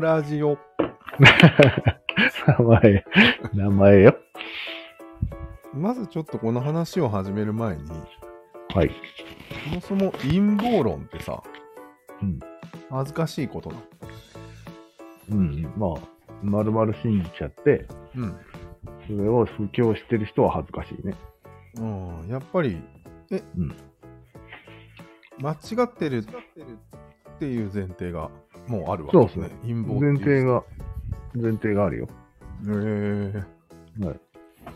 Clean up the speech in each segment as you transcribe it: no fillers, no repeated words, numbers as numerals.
ラジオ。 名前よ。 まずちょっとこの話を始める前に、 はい。 そもそも陰謀論ってさ、 うん。 恥ずかしいことな。 まあ、丸々信じちゃって、それを布教してる人は恥ずかしいね。 やっぱり、 うん。 間違ってるっていう前提がもうあるわけそうですね。 そう。 陰謀っていう前提があるよ。はい。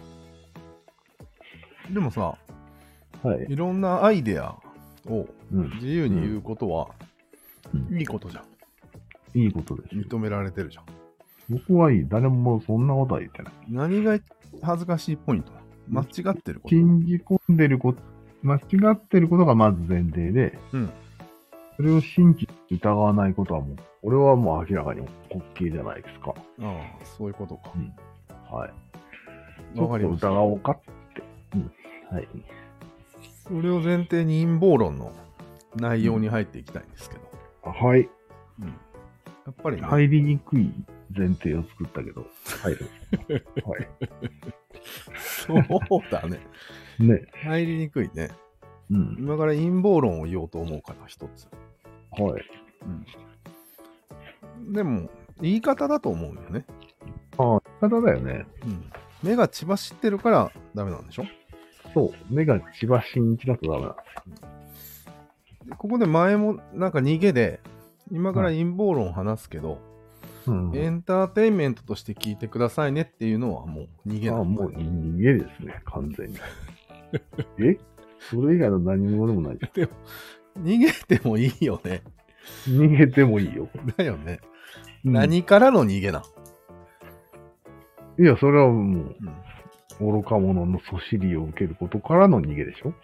でもさ、 はい。 いろんなアイデアをうん。 自由に言うことは、いいことじゃん。 いいことですよ。 認められてるじゃん。 僕はいい。誰もそんなことは言ってない。 何が恥ずかしいポイントなの？間違ってること。 信じ込んでること、間違ってることがまず前提で、それを信じ疑わないことはもう、俺はもう明らかに滑稽じゃないですか。 そういうことか。 はい。 わかりました。 疑おうかって。はい。 それを前提に陰謀論の内容に入っていきたいんですけど。 はい。 やっぱり、ね、 入りにくい前提を作ったけど、入る。はい。 そうだね。 ね。 入りにくいね。今から陰謀論を言おうと思うから一つ。 はい。 でも、言い方だと思うよね。 言い方だよね。 目が血走ってるからダメなんでしょ？ そう。目が千葉真一だとダメなんですよ。ここで前もなんか逃げで、今から陰謀論を話すけど、エンターテインメントとして聞いてくださいねっていうのはもう逃げなんだ。 もう逃げですね、完全に。それ以外の何者でもない。 でも、逃げてもいいよね。 逃げてもいいよ。 だよね。何からの逃げな？ いや、それはもう、愚か者のそしりを受けることからの逃げでしょ？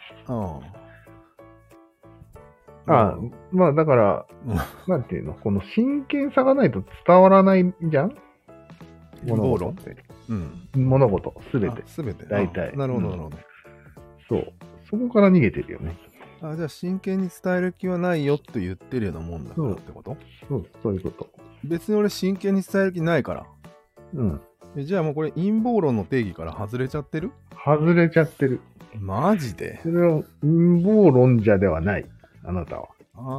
まあだから、なんていうの、この真剣さがないと伝わらないじゃん？ 物事って。 物事、すべて。 すべて。 大体。 なるほど、なるほど。 そう。そこから逃げてるよね。 じゃあ真剣に伝える気はないよって言ってるようなもんだからってこと？ そういうこと。 別に俺真剣に伝える気ないから。じゃあもうこれ陰謀論の定義から外れちゃってる？ 外れちゃってる。 マジで？ それは陰謀論者ではない。あなたは。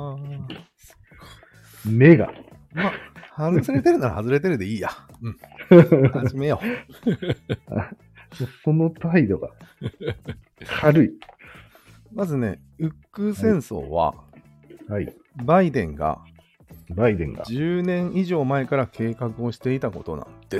目が。 まあ、外れてるなら外れてるでいいや。始めよう。その態度が軽い。 まずね、ウック戦争は、バイデンが10年以上前から計画をしていたことなんです。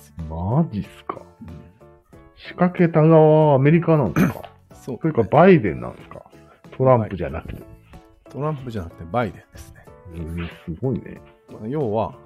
マジっすか？仕掛けた側はアメリカなんですか？ そう、ね。 それかバイデンなんですか？トランプじゃなくて。 トランプじゃなくてバイデンですね。 すごいね。 要は、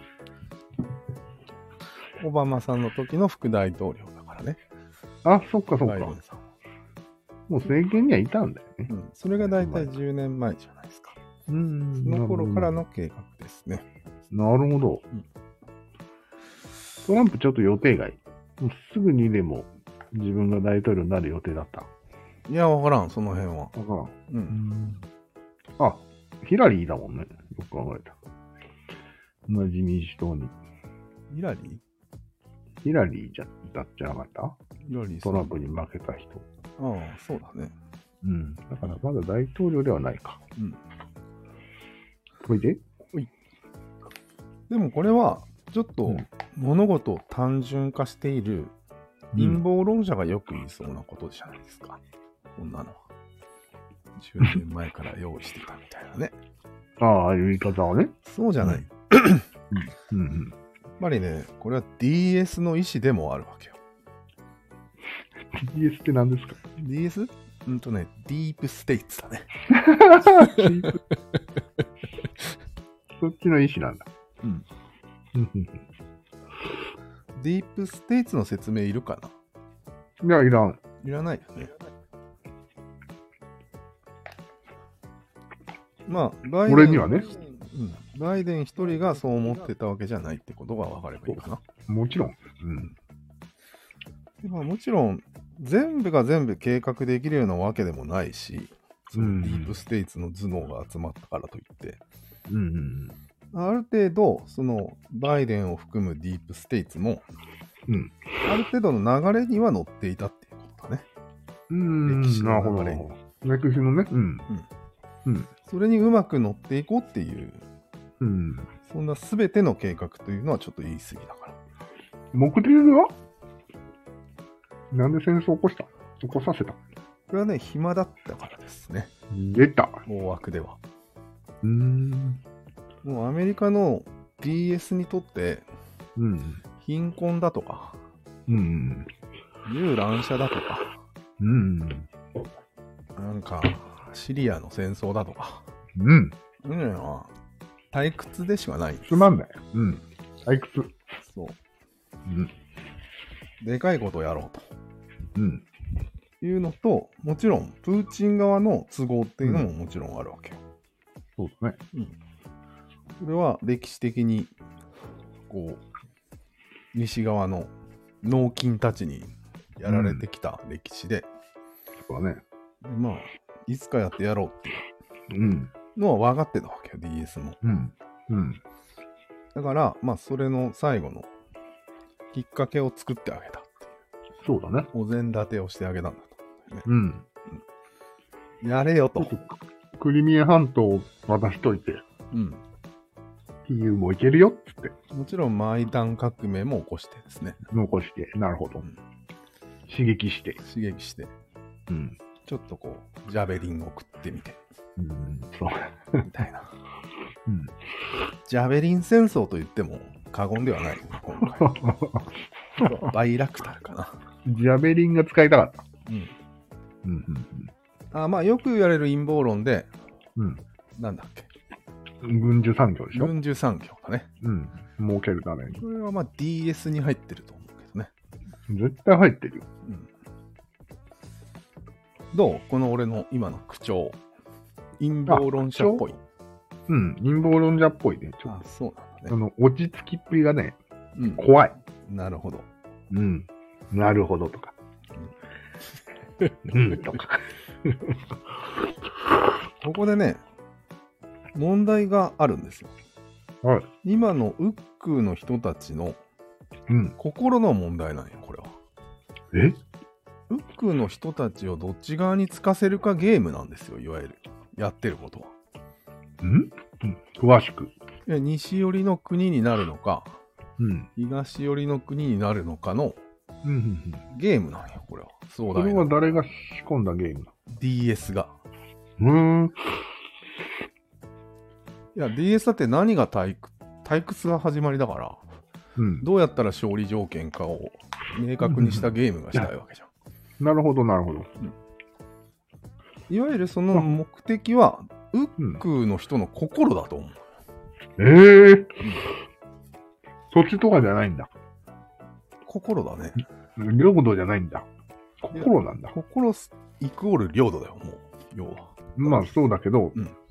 オバマさんの時の副大統領だからね。 そっかそっか。もう政権にはいたんだよね。 それがだいたい10年前じゃないですか。その頃からの計画ですね。 なるほど。トランプちょっと予定外。もうすぐにでも自分が大統領になる予定だった。 いや、わからん、その辺は。 わからん。ヒラリーだもんね。よく考えた。同じ民主党に。 ヒラリーだっちゃなかった？ ヒラリートランプに負けた人。 そうだね。 だからまだ大統領ではないか。 でもこれは、ちょっと物事を単純化している陰謀論者がよく言いそうなことじゃないですか。こんなのは。10年前から用意してたみたいなね。 ああいう言い方はね。 そうじゃない。やっぱりね、これは DS の意思でもあるわけよ。 DS って何ですか？ DS？ ディープステイツだね。 そっちの意思なんだ。 ディープステイツの説明いるかな？ いや、いらん。 いらないよね。まあ、バイデン、 俺にはね。 バイデン一人がそう思ってたわけじゃないってことが分かればいいかな。 もちろん。 もちろん、全部が全部計画できるようなわけでもないし、そのディープステイツの頭脳が集まったからといって。 ある程度、その、バイデンを含むディープステイツも、ある程度の流れには乗っていたっていうことだね。歴史の流れに。 歴史のね。 それにうまく乗っていこうっていう、そんな全ての計画というのはちょっと言い過ぎだから。 目的はなんで戦争を起こさせた？ これはね、暇だったからですね。 出た。 大枠では。もうアメリカの DS にとって、貧困だとか、銃乱射だとか、なんか、シリアの戦争だとか、退屈でしかない。 つまんない。退屈。 そう。でかいことをやろうと。いうのと、もちろん、プーチン側の都合っていうのももちろんあるわけよ。 そうですね。 これは歴史的に、こう、西側の農金たちにやられてきた歴史で、 そうだね。 まあ、いつかやってやろうっていうのは分かってたわけよ、DS も。だから、まあ、それの最後のきっかけを作ってあげた。 そうだね。 お膳立てをしてあげたんだと、ね。やれよと。 クリミア半島を渡しといて、キーウもいけるよっつって。 もちろん、マイダン革命も起こしてですね。 残して、なるほど。刺激して。 ちょっとこう、ジャベリンを食ってみて。 そう。 みたいな。ジャベリン戦争と言っても過言ではない、今回。バイラクタルかな。 ジャベリンが使いたかった。 まあ、よく言われる陰謀論で、なんだっけ。 軍需産業でしょ。 軍需産業だね。 儲けるために。 これはまあ DS に入ってると思うけどね。 絶対入ってるよ。 どう？この俺の今の口調。陰謀論者っぽい。 陰謀論者っぽいね。 ちょっとそうなんだね。 落ち着きっぷりがね、怖い。 なるほど。 なるほどとか。とか。 ここでね、問題があるんですよ。今のウックーの人たちの心の問題なんよ、これは。ウックーの人たちをどっち側につかせるかゲームなんですよ、いわゆる。やってることは。 詳しく。 西寄りの国になるのか、東寄りの国になるのかのゲームなんよ、これは。 そうだね。これは誰が仕込んだゲーム？ DS が。いや、DS だって何が退屈が始まりだから、どうやったら勝利条件かを明確にしたゲームがしたいわけじゃん。 なるほど、なるほど。 いわゆるその目的は、ウックーの人の心だと思う。 そっちとかじゃないんだ。 心だね。 領土じゃないんだ。心なんだ。 心イコール領土だよ、もう。要は。 まあそうだけど、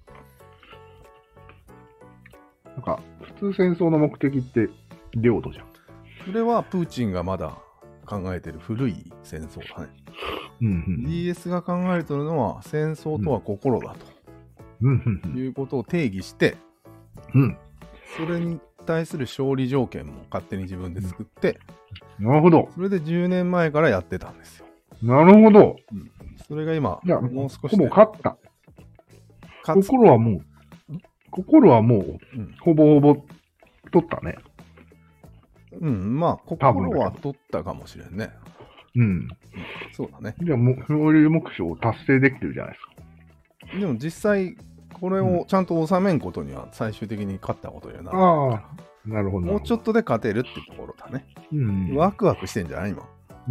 なんか、普通戦争の目的って領土じゃん。 それはプーチンがまだ考えてる古い戦争だね。DS が考えてるのは戦争とは心だということを定義して、それに対する勝利条件も勝手に自分で作って、 なるほど。 それで10年前からやってたんですよ。 なるほど。 それが今、もう少し。 ほぼ勝った。心はもう、ほぼほぼ取ったね。 まあ、心は取ったかもしれんね。そうだね。 じゃあ、勝利目標を達成できてるじゃないですか。 でも実際、これをちゃんと収めんことには最終的に勝ったことにはなる。 なるほど。 もうちょっとで勝てるってところだね。ワクワクしてんじゃない今。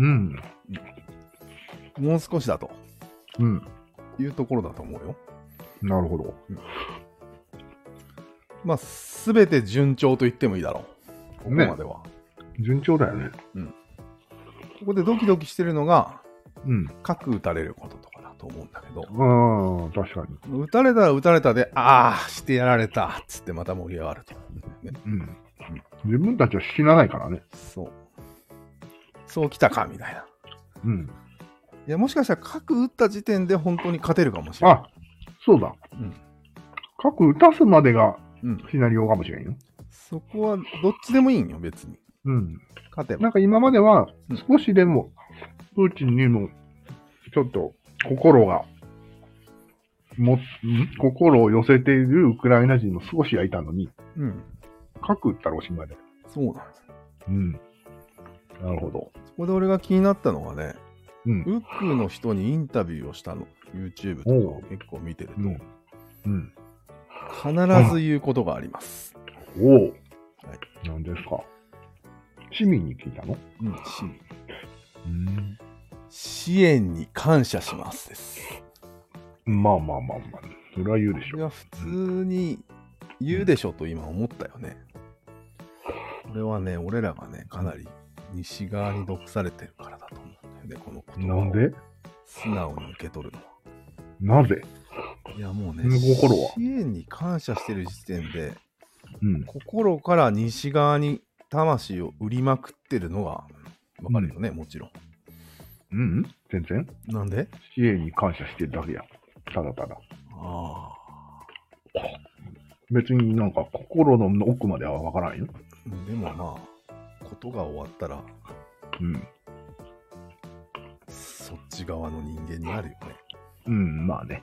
もう少しだと。いうところだと思うよ。 なるほど。 まあ、すべて順調と言ってもいいだろう。ここまでは。 順調だよね。 ここでドキドキしてるのが、核撃たれることとかだと思うんだけど。 確かに。 撃たれたら撃たれたで、してやられたっつってまた盛り上がると。 自分たちは死なないからね。 そう来たかみたいな。いや、もしかしたら核撃った時点で本当に勝てるかもしれない。 そうだ。核撃たすまでがシナリオかもしれんよ。 そこはどっちでもいいんよ、別に。勝てば。 なんか今までは少しでもプーチンにもちょっと心を寄せているウクライナ人も少しはいたのに、核撃ったらおしまいだよ。 そうなんです。 なるほど。 そこで俺が気になったのはね、ウクの人にインタビューをしたの。YouTube とかを結構見てると、必ず言うことがあります。 何ですか？市民に聞いたの？ 市民。支援に感謝しますです。 まあ。それは言うでしょ。 それは普通に言うでしょと今思ったよね。これはね、俺らがね、かなり西側に毒されてるからだと思うんだよね、この言葉を。 なんで？ 素直に受け取るのは。 なぜ？ いやもうね、 心は支援に感謝してる時点で、心から西側に魂を売りまくってるのがわかるよね、もちろん。 全然。 なんで？ 支援に感謝してるだけや。ただただ。別になんか心の奥まではわからんよ。 でもまあ、ことが終わったら、そっち側の人間になるよね。 まあね。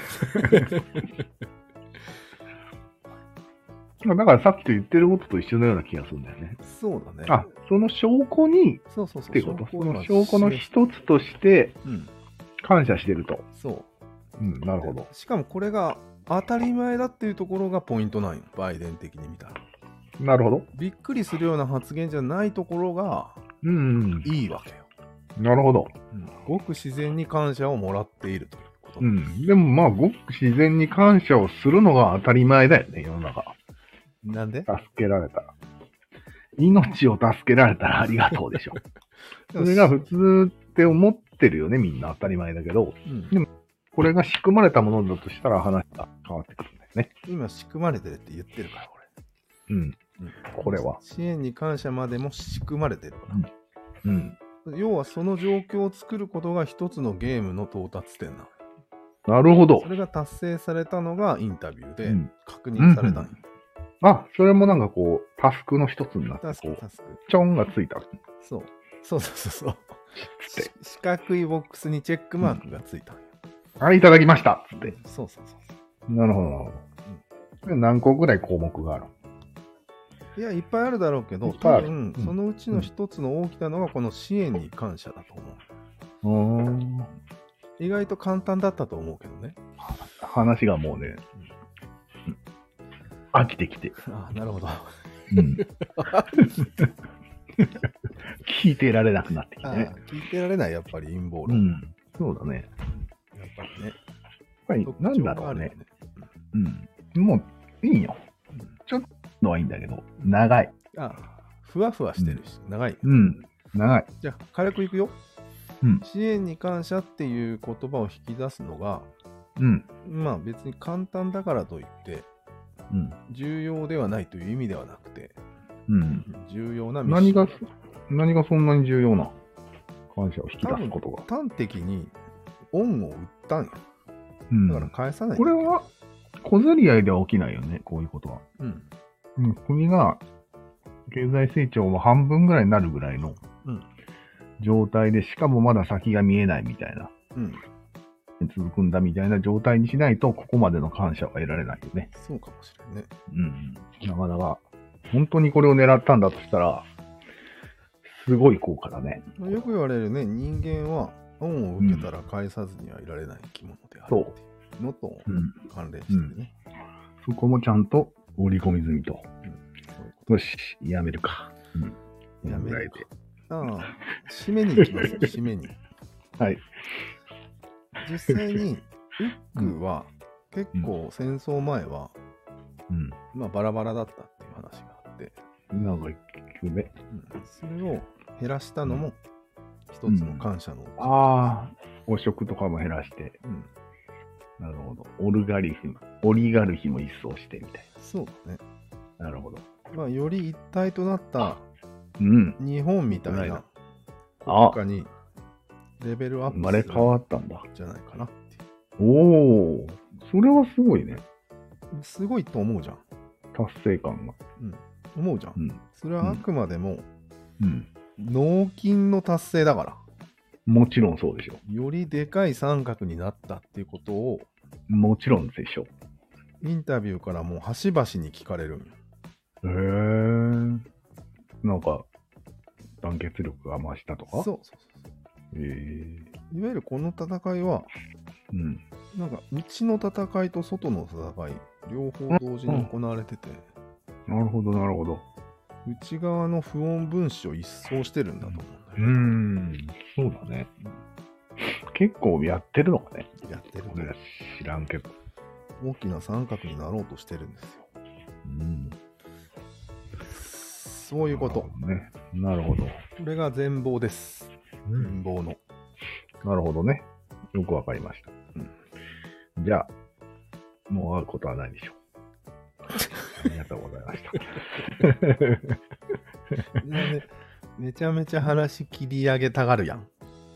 だからさっきと言ってることと一緒のような気がするんだよね。 そうだね。 その証拠に、っていうこと。その証拠の一つとして、感謝してると。 そう。 なるほど。 しかもこれが当たり前だっていうところがポイントないの。バイデン的に見たら。 なるほど。 びっくりするような発言じゃないところが、いいわけよ。 なるほど。 ごく自然に感謝をもらっているということ。 でもまあ、ごく自然に感謝をするのが当たり前だよね、世の中。 なんで？ 助けられたら。命を助けられたらありがとうでしょ。それが普通って思ってるよね、みんな当たり前だけど。でも、これが仕組まれたものだとしたら話が変わってくるんだよね。 今仕組まれてるって言ってるから、これ。 これは。 支援に感謝までも仕組まれてるから。要はその状況を作ることが一つのゲームの到達点なの。 なるほど。 それが達成されたのがインタビューで確認されたの。 それもなんかこう、タスクの一つになって、 タスク。 チョンがついた。 そう。四角いボックスにチェックマークがついたんよ。いただきましたつって。 そう。 なるほど、なるほど。何個ぐらい項目がある？ いや、いっぱいあるだろうけど、多分、そのうちの一つの大きなのがこの支援に感謝だと思う。意外と簡単だったと思うけどね。 話がもうね、飽きてきて。 なるほど。 聞いてられなくなってきてね。 聞いてられない、やっぱり陰謀論。 そうだね。 やっぱりね。 やっぱり、なんだろうね。もう、いいよ。ちょっとはいいんだけど、長い。 ふわふわしてるし、長い。 長い。 じゃあ、軽くいくよ。支援に感謝っていう言葉を引き出すのが、まあ別に簡単だからといって、重要ではないという意味ではなくて、重要なミッション。 何がそんなに重要な感謝を引き出すことが。 端的に恩を売ったんよ。だから返さない。 これは小競り合いでは起きないよね、こういうことは。国が経済成長は半分ぐらいになるぐらいの状態で、しかもまだ先が見えないみたいな、続くんだみたいな状態にしないと、ここまでの感謝は得られないよね。 そうかもしれないね。 なかなか、本当にこれを狙ったんだとしたら、すごい効果だね。 よく言われるね、人間は恩を受けたら返さずにはいられない生き物であるっていうのと関連してるね。 そこもちゃんと織り込み済みと。よし、やめるか。 やめるか。締めに行きます。締めに。 はい。 実際に、ウックは結構戦争前は、まあバラバラだったっていう話があって、 なんか聞くね。 それを減らしたのも一つの感謝の。 汚職とかも減らして。なるほど。オリガルヒも一掃してみたいな。 そうだね。 なるほど。 まあより一体となった日本みたいな国家にレベルアップ生まれ変わったんだ。 じゃないかなっていう。 おー、それはすごいね。 すごいと思うじゃん。 達成感が。 思うじゃん。 うん。 それはあくまでも、 うん。 脳筋の達成だから。 もちろんそうでしょ。 よりでかい三角になったっていうことを、 もちろんでしょ。 インタビューからもう端々に聞かれるんよ。 へえ。なんか、団結力が増したとか？ そうそうそう。いわゆるこの戦いは、なんか内の戦いと外の戦い、両方同時に行われてて、 なるほど、なるほど。 内側の不穏分子を一掃してるんだと思うんだよね。 そうだね。結構やってるのかね。 やってる。 俺ら知らんけど。 大きな三角になろうとしてるんですよ。そういうこと。 ね。なるほど。 これが全貌です。全貌の。 なるほどね。よくわかりました。じゃあ、もう会うことはないでしょう。ありがとうございました。 めちゃめちゃ話切り上げたがるやん。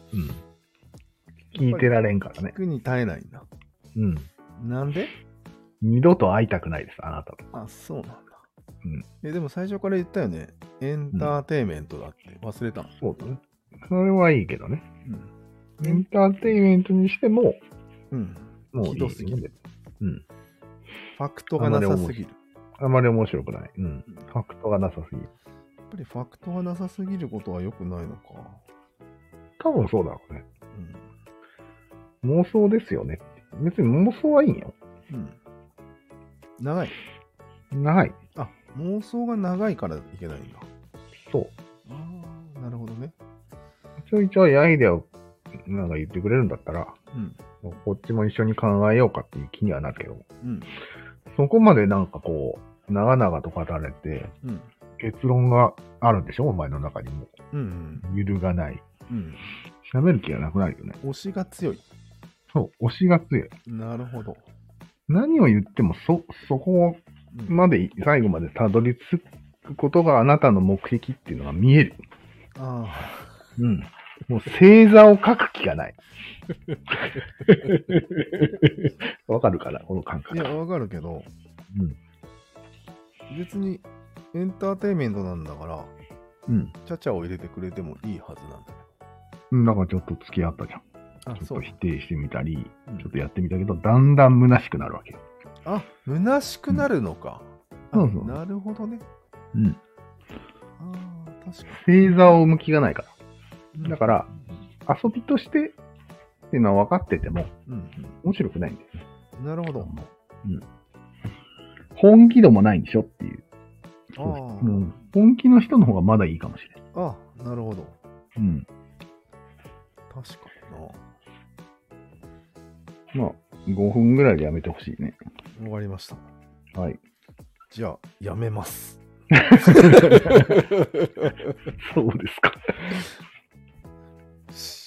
聞いてられんからね。 聞くに耐えないんだ。なんで？ 二度と会いたくないです、あなたと。 あ、そうなんだ。でも最初から言ったよね。エンターテイメントだって忘れたの。 そうだね。それはいいけどね。エンターテイメントにしても、もういいひどすぎる。 ファクトがなさすぎる。 あまり面白くない。ファクトがなさすぎる。 やっぱりファクトがなさすぎることは良くないのか。 多分そうだろうね。妄想ですよね。別に妄想はいいんよ。 長い。 長い。 あ、妄想が長いからいけないんだ。 そう。 なるほどね。 ちょいちょいアイデアをなんか言ってくれるんだったら、こっちも一緒に考えようかっていう気にはなるけど、そこまでなんかこう、長々と語れて、結論があるんでしょお前の中にも。揺るがない。喋る気がなくなるよね。 推しが強い。 そう、推しが強い。 なるほど。 何を言ってもそこまで、最後までたどり着くことがあなたの目的っていうのが見える。もう星座を書く気がない。わかるかなこの感覚。 いや、わかるけど、別にエンターテイメントなんだから、チャチャを入れてくれてもいいはずなんだけど。なんかちょっと付き合ったじゃん。ちょっと否定してみたり、ちょっとやってみたけど、だんだん虚しくなるわけよ。 あ、虚しくなるのか。なるほどね。確かに。星座を生む気がないから。だから、遊びとしてっていうのは分かってても、面白くないんですね。 なるほど。 本気度もないんでしょっていう。本気の人の方がまだいいかもしれない。 なるほど。確かにな。 まあ、5分ぐらいでやめてほしいね。 わかりました。 はい。 じゃあ、やめます。 そうですか。